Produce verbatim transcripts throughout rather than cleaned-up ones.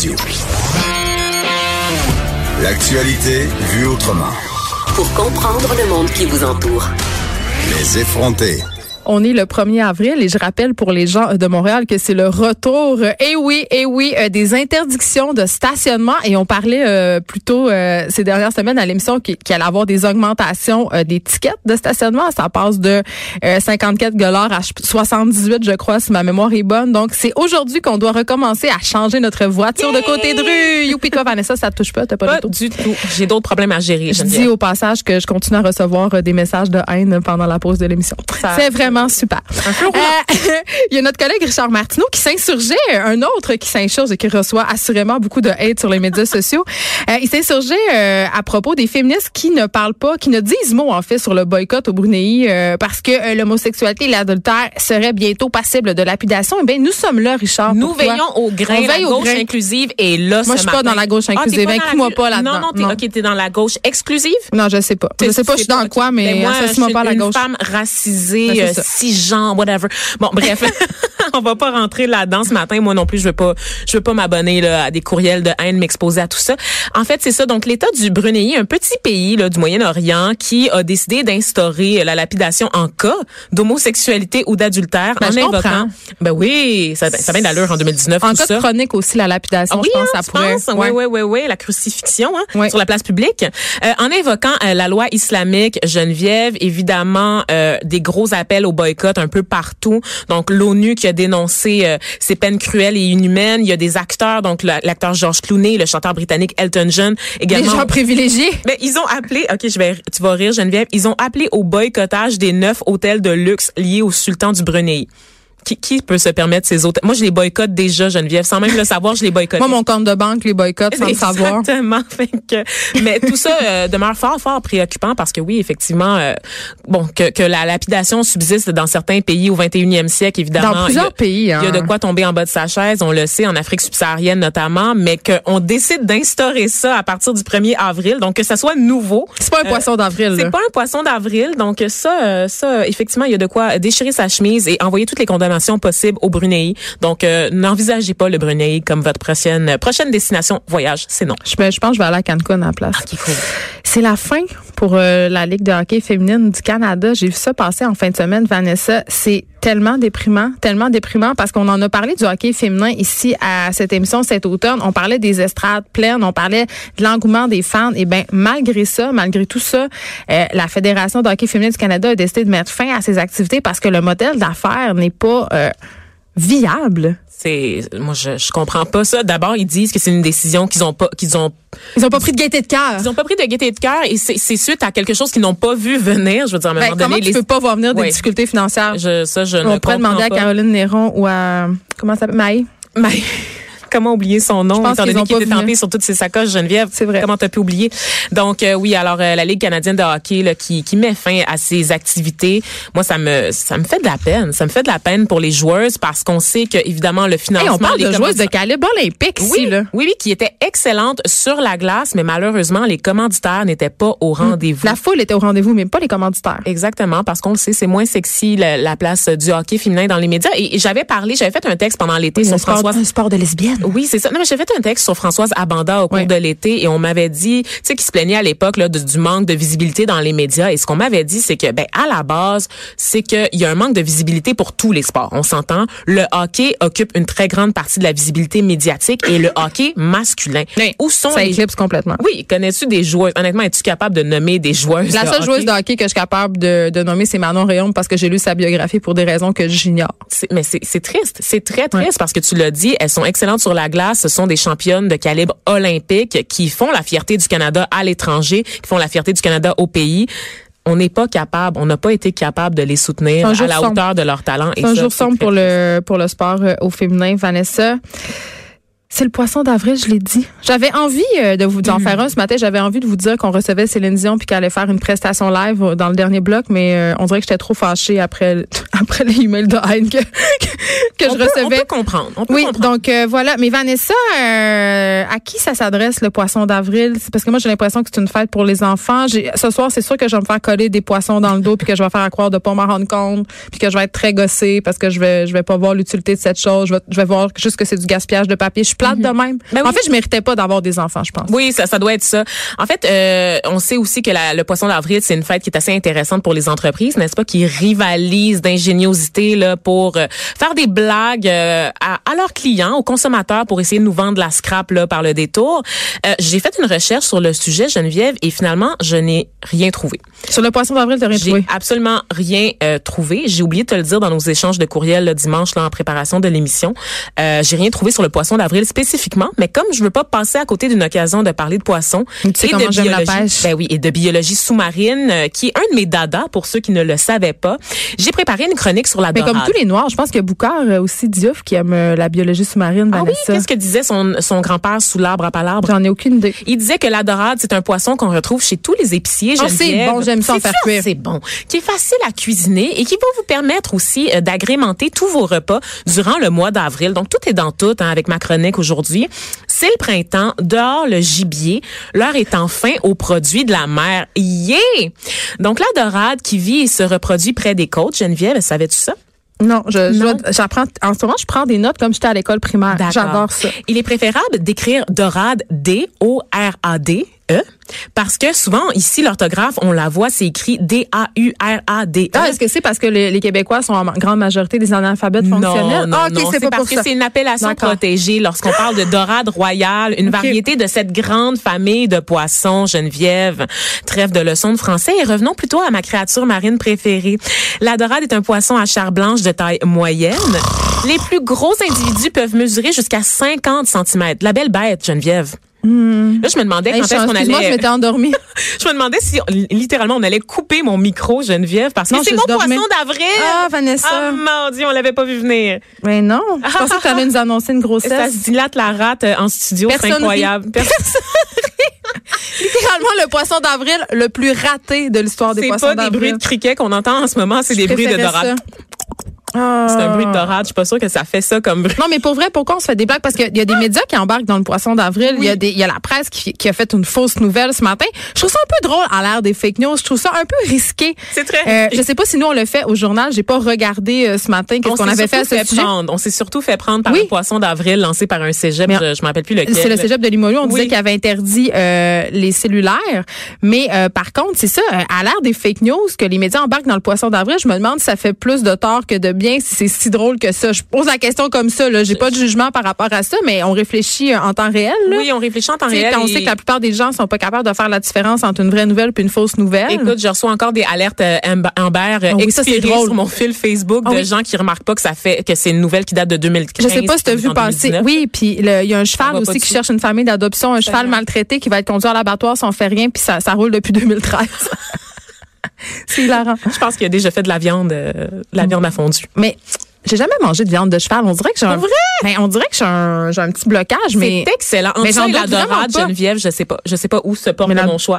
Radio. L'actualité vue autrement. Pour comprendre le monde qui vous entoure. Les effronter. On est le premier avril et je rappelle pour les gens de Montréal que c'est le retour, euh, eh oui, eh oui, euh, des interdictions de stationnement. Et on parlait euh, plutôt euh, ces dernières semaines à l'émission qu'il qu allait avoir des augmentations euh, des tickets de stationnement. Ça passe de euh, cinquante-quatre dollars à soixante-dix-huit, je crois, si ma mémoire est bonne. Donc, c'est aujourd'hui qu'on doit recommencer à changer notre voiture yeah! de côté de rue. Youpi, toi, Vanessa, ça te touche pas? T'as pas, pas du tout. J'ai d'autres problèmes à gérer. Je dis au passage que je continue à recevoir euh, des messages de haine pendant la pause de l'émission. Ça... C'est vraiment super. Il euh, y a notre collègue Richard Martineau qui s'insurgeait, un autre qui s'insurge et qui reçoit assurément beaucoup de hate sur les médias sociaux. Euh, il s'insurgeait euh, à propos des féministes qui ne parlent pas, qui ne disent mot en fait sur le boycott au Brunei euh, parce que euh, l'homosexualité et l'adultère seraient bientôt passibles de lapidation. Eh bien, nous sommes là, Richard. Nous veillons au grain. On veille la gauche grain. inclusive est là. Moi, je suis pas dans la gauche inclusive. Ah, Inclus-moi pas là-dedans. Non, non, t'es, non. Okay, t'es dans la gauche exclusive? Non, je sais pas. Je sais pas, je suis dans quoi, mais, mais moi, associe-moi pas à la gauche. Une femme racisée, euh, cisgenre, whatever. Bon, bref, on va pas rentrer là-dedans ce matin. Moi non plus, je veux pas, je veux pas m'abonner là, à des courriels de haine, m'exposer à tout ça. En fait, c'est ça. Donc, l'État du Brunei, un petit pays là, du Moyen-Orient, qui a décidé d'instaurer la lapidation en cas d'homosexualité ou d'adultère ben, en je invoquant. Comprends. Ben oui, ça, ça vient d'allure en deux mille dix-neuf. En tout cas ça. de chronique aussi, la lapidation, ah, oui, je pense, hein, ça pourrait. Penses? Oui, oui, oui, oui, la crucifixion hein, oui. sur la place publique. Euh, en invoquant euh, la loi islamique, Geneviève, évidemment, euh, des gros appels au boycott un peu partout. Donc, l'ONU qui a dénoncé euh, ces peines cruelles et inhumaines. Il y a des acteurs, donc l'acteur George Clooney, le chanteur britannique Elton John, également. Des gens privilégiés. Ben, ils ont appelé, ok, je vais, tu vas rire, Geneviève, ils ont appelé au boycottage des neuf hôtels de luxe liés au sultan du Brunei. Qui, qui peut se permettre ces hôtels? Moi, je les boycotte déjà, Geneviève. Sans même le savoir, je les boycotte. Moi, mon compte de banque les boycotte sans Exactement. le savoir. Exactement. Mais tout ça euh, demeure fort, fort préoccupant parce que oui, effectivement, euh, bon, que, que la lapidation subsiste dans certains pays au vingt et unième siècle, évidemment. Dans plusieurs il y a, pays. Hein. Il y a de quoi tomber en bas de sa chaise, on le sait, en Afrique subsaharienne notamment, mais qu'on décide d'instaurer ça à partir du premier avril, donc que ça soit nouveau. C'est pas un euh, poisson d'avril. C'est là. pas un poisson d'avril, donc ça, ça, effectivement, il y a de quoi déchirer sa chemise et envoyer toutes les condamnations possibles au Brunei. Donc, euh, n'envisagez pas le Brunei comme votre prochaine prochaine destination voyage. C'est non. Je, je pense que je vais aller à Cancun à la place. Okay, cool. C'est la fin pour euh, la Ligue de hockey féminine du Canada. J'ai vu ça passer en fin de semaine, Vanessa. C'est tellement déprimant, tellement déprimant parce qu'on en a parlé du hockey féminin ici à cette émission cet automne. On parlait des estrades pleines, on parlait de l'engouement des fans. Et ben malgré ça, malgré tout ça, euh, la Fédération de hockey féminin du Canada a décidé de mettre fin à ses activités parce que le modèle d'affaires n'est pas euh, viable. C'est moi je je comprends pas ça. D'abord, ils disent que c'est une décision qu'ils ont pas qu'ils ont ils ont pas pris de gaieté de cœur. Ils ont pas pris de gaieté de cœur et c'est c'est suite à quelque chose qu'ils n'ont pas vu venir, je veux dire à un moment ben, donné. Comment tu les... peux pas voir venir des oui. difficultés financières? Je ça je On ne comprends pas. pourrait demander à Caroline Néron ou à comment ça s'appelle Maï? Maï. Comment oublier son nom, étant donné qu'il est estampé sur toutes ses sacoches, Geneviève? C'est vrai. Comment t'as pu oublier? Donc, euh, oui, alors, euh, la Ligue canadienne de hockey, là, qui, qui met fin à ses activités, moi, ça me, ça me fait de la peine. Ça me fait de la peine pour les joueuses parce qu'on sait que, évidemment, le financement... Hey, on parle les de joueuses de calibre olympique oui, ici, là. Oui, oui, qui étaient excellentes sur la glace, mais malheureusement, les commanditaires n'étaient pas au rendez-vous. La foule était au rendez-vous, mais pas les commanditaires. Exactement, parce qu'on le sait, c'est moins sexy, la, la place du hockey féminin dans les médias. Et, et j'avais parlé, j'avais fait un texte pendant l'été oui, sur un Françoise... Sport, un sport de lesbienne. Oui, c'est ça. Non, mais j'avais fait un texte sur Françoise Abanda au cours oui. de l'été et on m'avait dit, tu sais, qu'il se plaignait à l'époque là, du, du manque de visibilité dans les médias. Et ce qu'on m'avait dit, c'est que, ben, à la base, c'est qu'il y a un manque de visibilité pour tous les sports. On s'entend. Le hockey occupe une très grande partie de la visibilité médiatique et le hockey masculin. Oui, où sont ça les... éclipse complètement. Oui, connais-tu des joueuses? Honnêtement, es-tu capable de nommer des joueuses La de seule hockey? joueuse de hockey que je suis capable de, de nommer, c'est Manon Rhéaume parce que j'ai lu sa biographie pour des raisons que j'ignore. C'est, mais c'est, c'est triste. C'est très triste ouais. parce que tu l'as dit, elles sont excellentes sur la glace. Ce sont des championnes de calibre olympique qui font la fierté du Canada à l'étranger, qui font la fierté du Canada au pays. On n'est pas capable, on n'a pas été capable de les soutenir à la sombre. hauteur de leur talent. C'est et un ça, jour c'est sombre très pour triste. le pour le sport euh, au féminin, Vanessa. C'est le poisson d'avril, je l'ai dit. J'avais envie euh, de vous en mmh. faire un ce matin. J'avais envie de vous dire qu'on recevait Céline Dion puis qu'elle allait faire une prestation live dans le dernier bloc, mais euh, on dirait que j'étais trop fâchée après après les emails de haine que que, que je peut, recevais. On peut comprendre. On peut oui, comprendre. donc euh, voilà. Mais Vanessa, euh, à qui ça s'adresse le poisson d'avril? C'est parce que moi j'ai l'impression que c'est une fête pour les enfants. J'ai, ce soir, c'est sûr que je vais me faire coller des poissons dans le dos puis que je vais faire à croire de pas m'en rendre compte puis que je vais être très gossée parce que je vais je vais pas voir l'utilité de cette chose. Je vais je vais voir juste que c'est du gaspillage de papier. Je suis plate Mm-hmm. de même. Ben en oui. fait, je méritais pas d'avoir des enfants, je pense. Oui, ça, ça doit être ça. En fait, euh, on sait aussi que la, le poisson d'avril, c'est une fête qui est assez intéressante pour les entreprises, n'est-ce pas, qui rivalisent d'ingéniosité là pour euh, faire des blagues euh, à, à leurs clients, aux consommateurs, pour essayer de nous vendre la scrap là par le détour. Euh, j'ai fait une recherche sur le sujet, Geneviève, et finalement, je n'ai rien trouvé. Sur le poisson d'avril, t'as rien J'ai trouvé? absolument rien euh, trouvé. J'ai oublié de te le dire dans nos échanges de courriel le dimanche là, en préparation de l'émission. Euh, j'ai rien trouvé sur le poisson d'avril spécifiquement, mais comme je veux pas passer à côté d'une occasion de parler de poisson Tu sais et comment de j'aime la biologie, pêche. ben oui, et de biologie sous-marine, euh, qui est un de mes dadas pour ceux qui ne le savaient pas, j'ai préparé une chronique sur la Mais dorade. comme tous les Noirs, je pense qu'il y a Boucard euh, aussi Diouf qui aime euh, la biologie sous-marine, Ah oui, Vanessa. qu'est-ce que disait son, son grand-père sous l'arbre à palabre? J'en ai aucune idée. Il disait que la dorade, c'est un poisson qu'on retrouve chez tous les épiciers. Ah, c'est Geneviève. bon, j'aime ça en C'est faire sûr, cuire. C'est bon. Qui est facile à cuisiner et qui va vous permettre aussi euh, d'agrémenter tous vos repas durant le mois d'avril. Donc, tout est dans tout hein, avec ma chronique aujourd'hui. C'est le printemps, dehors le gibier. L'heure est enfin aux produits de la mer. Yeah! Donc, la dorade qui vit et se reproduit près des côtes. Geneviève, savais-tu ça? Non, je, je Non. dois- j'apprends, en ce moment, je prends des notes comme j'étais à l'école primaire. D'accord. J'adore ça. Il est préférable d'écrire dorade, D O R A D E, parce que souvent, ici, l'orthographe, on la voit, c'est écrit D A U R A D E. Ah, est-ce que c'est parce que les, les Québécois sont en grande majorité des analphabètes fonctionnels? Non, non, ah, ok, non, c'est pas parce pour que ça. c'est une appellation D'accord. protégée lorsqu'on parle de dorade royale, une Ok. variété de cette grande famille de poissons, Geneviève. Trêve de leçons de français et revenons plutôt à ma créature marine préférée. La dorade est un poisson à chair blanche de taille moyenne. Les plus gros individus peuvent mesurer jusqu'à cinquante centimètres. La belle bête, Geneviève. Hmm. Là, je me demandais Hey, quand est-ce qu'on excuse-moi, je allait... m'étais endormie. Je me demandais si, littéralement, on allait couper mon micro, Geneviève, parce que Non, c'est je mon dormais. poisson d'avril. Ah, Vanessa. Ah, mon Dieu, on l'avait pas vu venir. Mais non, je pensais que tu allais nous annoncer une Ça grossesse. se dilate la rate euh, en studio, c'est Personne incroyable. rit. Littéralement le poisson d'avril le plus raté de l'histoire des C'est poissons pas des d'avril. bruits de criquet qu'on entend en ce moment, c'est Je des bruits de préférais dorade. ça. Ah. C'est un bruit de dorade, je suis pas sûre que ça fait ça comme bruit. Non, mais pour vrai, pourquoi on se fait des blagues? Parce qu'il y a des médias qui embarquent dans le poisson d'avril. Il y a des, il y a la presse qui, qui a fait une fausse nouvelle ce matin. Je trouve ça un peu drôle à l'ère des fake news. Je trouve ça un peu risqué. C'est très Euh, risqué. je sais pas si nous on le fait au journal. J'ai pas regardé euh, ce matin qu'est-ce On qu'on s'est avait fait à surtout ce sujet. prendre. On s'est surtout fait prendre par Oui. un poisson d'avril lancé par un cégep, Mais- je, je me rappelle plus lequel. C'est le cégep de Limoilou. On Oui. disait qu'il avait interdit euh, les cellulaires. Mais euh, par contre, c'est ça, euh, à l'ère des fake news, que les médias embarquent dans le poisson d'avril, je me demande si ça fait plus de tort que de bien, si c'est si drôle que ça. Je pose la question comme ça. Là, j'ai pas de jugement par rapport à ça, mais on réfléchit euh, en temps réel. Là. Oui, on réfléchit en temps Tu sais, réel. quand on et- sait que la plupart des gens sont pas capables de faire la différence entre une vraie nouvelle puis une fausse nouvelle. Écoute, je reçois encore des alertes euh, Amber Amber, euh, Ah oui, ça, c'est expirées drôle. sur mon fil Facebook Ah de oui. gens qui remarquent pas que ça fait que c'est une nouvelle qui date de deux mille quinze. Je sais pas si tu as vu en passer. deux mille dix-neuf. Oui, puis le- il y a un Ça cheval va pas aussi du qui tout. cherche une famille d'adoption, un cheval Absolument. maltraité qui va être conduit à l'abattoir si on fait rien, puis ça, ça roule depuis deux mille treize. C'est hilarant. Je pense qu'il a déjà fait de la viande, euh, de la viande à fondu. Mais j'ai jamais mangé de viande de cheval. On dirait que j'ai un, Pour vrai? ben, on dirait que j'ai un, j'ai un petit blocage, mais C'est excellent. En mais ça j'en et la doute vraiment dorade, pas. Geneviève, je sais pas. Je sais pas où se porte Mais la- mon choix.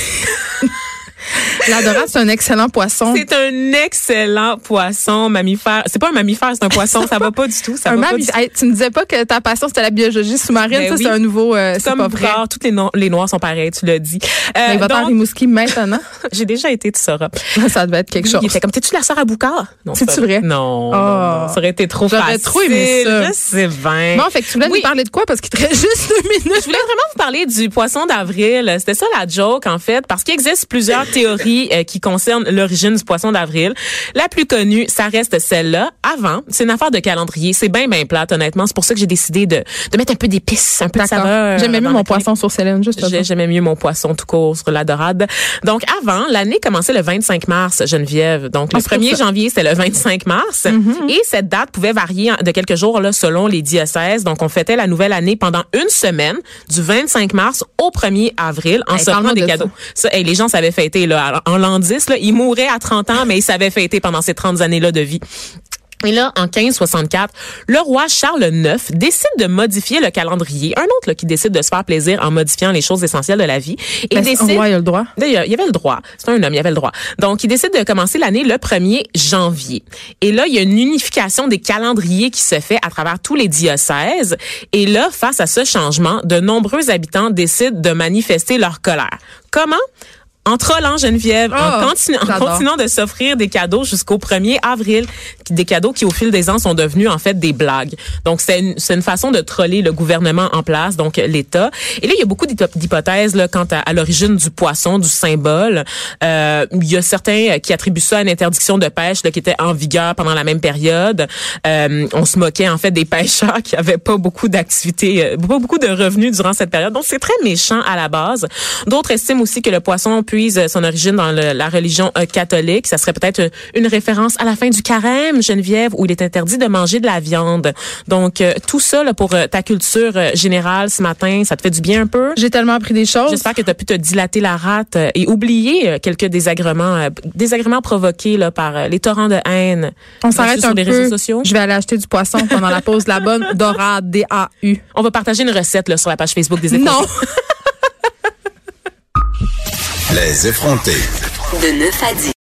la dorade, c'est un excellent poisson. C'est un excellent poisson, mammifère. C'est pas un mammifère, c'est un poisson. Ça va pas du tout. Ça un va pas du mammifère. Hey, tu me disais pas que ta passion c'était la biologie sous-marine, Ben ça oui. c'est un nouveau, euh, c'est Comme pas vrai. Boucard, toutes les, no- les noirs sont pareils, tu l'as dit. Euh, Ben, il va donc, dans Rimouski maintenant. j'ai déjà été, tu sauras. Ça devait être quelque chose. Il était comme, t'es-tu la sœur à Boucard? Non, C'est-tu pas vrai? Non, Oh. non, non, ça aurait été trop J'aurais facile. trop aimé ça. Je sais bien. Bon, fait que tu voulais Oui. nous parler de quoi? Parce qu'il te reste juste deux minutes. Je voulais vraiment vous parler du poisson d'avril. C'était ça la joke, en fait, parce qu'il existe plusieurs théories euh, qui concernent l'origine du poisson d'avril. La plus connue, ça reste celle-là. Avant, c'est une affaire de calendrier. C'est bien, bien plate, honnêtement. C'est pour ça que j'ai décidé de, de mettre un peu d'épices, un peu de D'accord. saveur. J'aimais mieux dans mon ma chronique. poisson sur Céline, juste J'ai- ça. J'aimais mieux mon poisson tout court sur la dorade. Donc, avant, l'année commençait le vingt-cinq mars, Geneviève. Donc, Ah, le c'est pour premier ça. janvier, c'est le vingt-cinq mars. Mm-hmm. Et cette date pouvait varier de quelques jours là, selon les diocèses. Donc, on fêtait la nouvelle année pendant une semaine, du vingt-cinq mars au premier avril, en Hey, s'offrant parle-moi des de cadeaux. Ça, hey, les gens savaient fêter. Là. En l'an dix, là, ils mouraient à trente ans, mais ils savaient fêter pendant ces trente années-là de vie. Et là, en quinze soixante-quatre, le roi Charles neuf décide de modifier le calendrier. Un autre là, qui décide de se faire plaisir en modifiant les choses essentielles de la vie. Et Ben, décide... ouais, il a le droit. D'ailleurs, il y avait le droit. C'est un homme, il y avait le droit. Donc, il décide de commencer l'année le premier janvier. Et là, il y a une unification des calendriers qui se fait à travers tous les diocèses. Et là, face à ce changement, de nombreux habitants décident de manifester leur colère. Comment? En trollant Geneviève, oh, en, continu- en continuant de s'offrir des cadeaux jusqu'au premier avril, des cadeaux qui au fil des ans sont devenus en fait des blagues. Donc c'est une, c'est une façon de troller le gouvernement en place, donc l'État. Et là il y a beaucoup d'hypothèses là quant à, à l'origine du poisson, du symbole. Euh, il y a certains qui attribuent ça à une interdiction de pêche là, qui était en vigueur pendant la même période. Euh, on se moquait en fait des pêcheurs qui avaient pas beaucoup d'activités, euh, pas beaucoup de revenus durant cette période. Donc c'est très méchant à la base. D'autres estiment aussi que le poisson puise son origine dans le, la religion euh, catholique. Ça serait peut-être une référence à la fin du carême, Geneviève, où il est interdit de manger de la viande. Donc, euh, tout ça là, pour euh, ta culture euh, générale ce matin, ça te fait du bien un peu? J'ai tellement appris des choses. J'espère que tu as pu te dilater la rate euh, et oublier euh, quelques désagréments, euh, désagréments provoqués là, par euh, les torrents de haine. On s'arrête un sur les peu. réseaux sociaux. Je vais aller acheter du poisson pendant la pause. La bonne dorade, D A U. On va partager une recette là, sur la page Facebook des Effrontés. Non! Les effrontés. De neuf à dix.